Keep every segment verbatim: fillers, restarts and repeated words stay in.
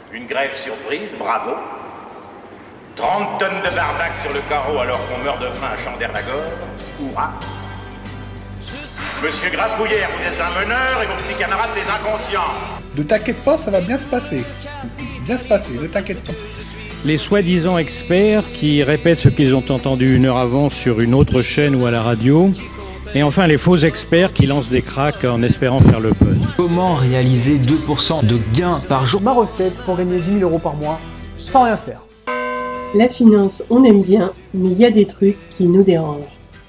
Une grève surprise, bravo. trente tonnes de barbac sur le carreau alors qu'on meurt de faim à Chandernagore, hurrah. Monsieur Grapouillère, vous êtes un meneur et vos petits camarades des inconscients. Ne t'inquiète pas, ça va bien se passer. Bien se passer, ne t'inquiète pas. Les soi-disant experts qui répètent ce qu'ils ont entendu une heure avant sur une autre chaîne ou à la radio. Et enfin, les faux experts qui lancent des cracks en espérant faire le buzz. Comment réaliser deux pour cent de gains par jour? Ma recette pour gagner dix mille euros par mois sans rien faire. La finance, on aime bien, mais il y a des trucs qui nous dérangent.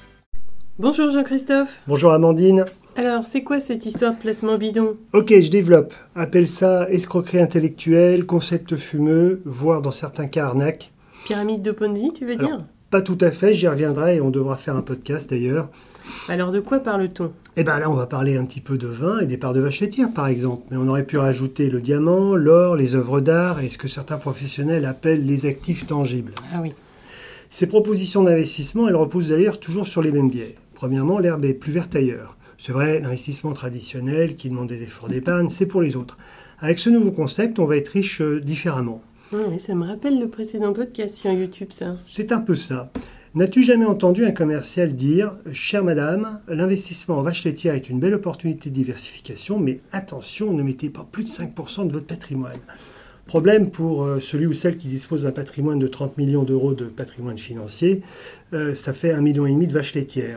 Bonjour Jean-Christophe. Bonjour Amandine. Alors, c'est quoi cette histoire de placement bidon? Ok, je développe. Appelle ça escroquerie intellectuelle, concept fumeux, voire dans certains cas arnaque. Pyramide de Ponzi, tu veux Alors, dire? Pas tout à fait, j'y reviendrai et on devra faire un podcast d'ailleurs. Alors, de quoi parle-t-on? Eh bien là, on va parler un petit peu de vin et des parts de vaches laitières par exemple. Mais on aurait pu rajouter le diamant, l'or, les œuvres d'art et ce que certains professionnels appellent les actifs tangibles. Ah oui. Ces propositions d'investissement, elles reposent d'ailleurs toujours sur les mêmes biais. Premièrement, l'herbe est plus verte ailleurs. C'est vrai, l'investissement traditionnel qui demande des efforts d'épargne, c'est pour les autres. Avec ce nouveau concept, on va être riche euh, différemment. Ah oui, ça me rappelle le précédent podcast sur YouTube, ça. C'est un peu ça. N'as-tu jamais entendu un commercial dire « Chère madame, l'investissement en vache laitière est une belle opportunité de diversification, mais attention, ne mettez pas plus de cinq pour cent de votre patrimoine. » Problème pour euh, celui ou celle qui dispose d'un patrimoine de trente millions d'euros de patrimoine financier, euh, ça fait un million et demi de vaches laitières.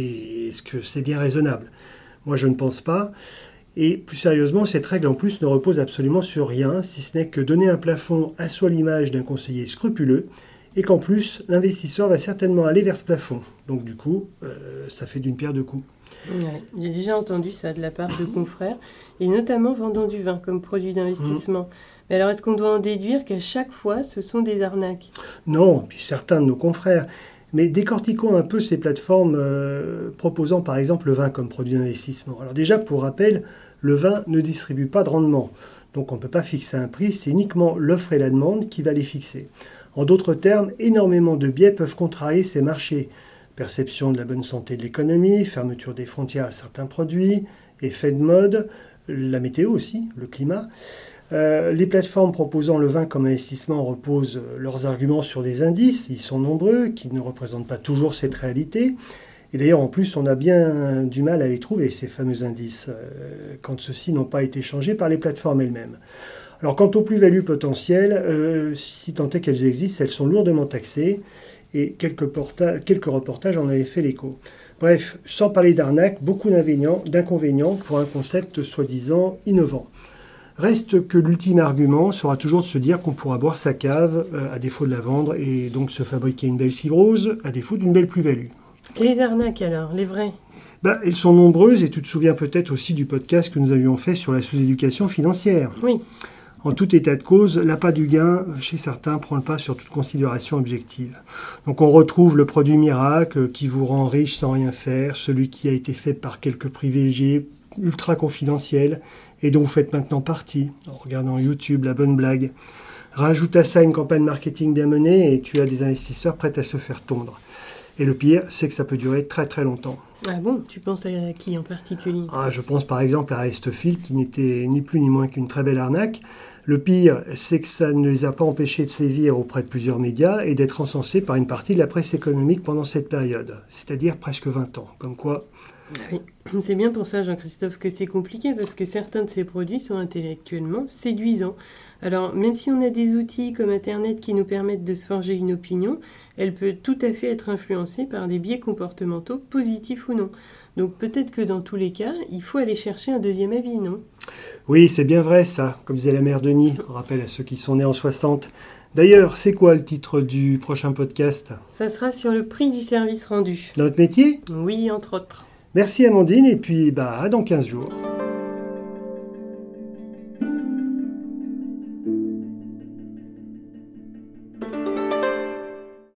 Et est-ce que c'est bien raisonnable? Moi, je ne pense pas. Et plus sérieusement, cette règle en plus ne repose absolument sur rien, si ce n'est que donner un plafond assoit l'image d'un conseiller scrupuleux, et qu'en plus, l'investisseur va certainement aller vers ce plafond. Donc du coup, euh, ça fait d'une pierre deux coups. Ouais, j'ai déjà entendu ça de la part de confrères, et notamment vendant du vin comme produit d'investissement. Mmh. Mais alors, est-ce qu'on doit en déduire qu'à chaque fois, ce sont des arnaques? Non, puis certains de nos confrères. Mais décortiquons un peu ces plateformes euh, proposant par exemple le vin comme produit d'investissement. Alors déjà, pour rappel, le vin ne distribue pas de rendement. Donc on ne peut pas fixer un prix, c'est uniquement l'offre et la demande qui va les fixer. En d'autres termes, énormément de biais peuvent contrarier ces marchés. Perception de la bonne santé de l'économie, fermeture des frontières à certains produits, effet de mode, la météo aussi, le climat. Euh, les plateformes proposant le vin comme investissement reposent leurs arguments sur des indices, ils sont nombreux, qui ne représentent pas toujours cette réalité. Et d'ailleurs, en plus, on a bien du mal à les trouver, ces fameux indices, euh, quand ceux-ci n'ont pas été changés par les plateformes elles-mêmes. Alors, quant aux plus-values potentielles, euh, si tant est qu'elles existent, elles sont lourdement taxées, et quelques, porta- quelques reportages en avaient fait l'écho. Bref, sans parler d'arnaque, beaucoup d'inconvénients pour un concept soi-disant innovant. Reste que l'ultime argument sera toujours de se dire qu'on pourra boire sa cave euh, à défaut de la vendre et donc se fabriquer une belle cibrose à défaut d'une belle plus-value. Et les arnaques alors, les vraies? Ben, elles sont nombreuses et tu te souviens peut-être aussi du podcast que nous avions fait sur la sous-éducation financière. Oui. En tout état de cause, l'appât du gain, chez certains, prend le pas sur toute considération objective. Donc on retrouve le produit miracle qui vous rend riche sans rien faire, celui qui a été fait par quelques privilégiés ultra confidentiels et dont vous faites maintenant partie, en regardant YouTube, la bonne blague. Rajoute à ça une campagne marketing bien menée et tu as des investisseurs prêts à se faire tondre. Et le pire, c'est que ça peut durer très très longtemps. Ah bon? Tu penses à qui en particulier? Ah, je pense par exemple à Aristophil, qui n'était ni plus ni moins qu'une très belle arnaque. Le pire, c'est que ça ne les a pas empêchés de sévir auprès de plusieurs médias et d'être encensés par une partie de la presse économique pendant cette période, c'est-à-dire presque vingt ans. Comme quoi... Oui, c'est bien pour ça, Jean-Christophe, que c'est compliqué, parce que certains de ces produits sont intellectuellement séduisants. Alors, même si on a des outils comme Internet qui nous permettent de se forger une opinion, elle peut tout à fait être influencée par des biais comportementaux, positifs ou non. Donc peut-être que dans tous les cas, il faut aller chercher un deuxième avis, non? Oui, c'est bien vrai ça, comme disait la mère Denis, on rappelle à ceux qui sont nés en soixante. D'ailleurs, c'est quoi le titre du prochain podcast? Ça sera sur le prix du service rendu. Notre métier? Oui, entre autres. Merci Amandine, et puis bah, à dans quinze jours.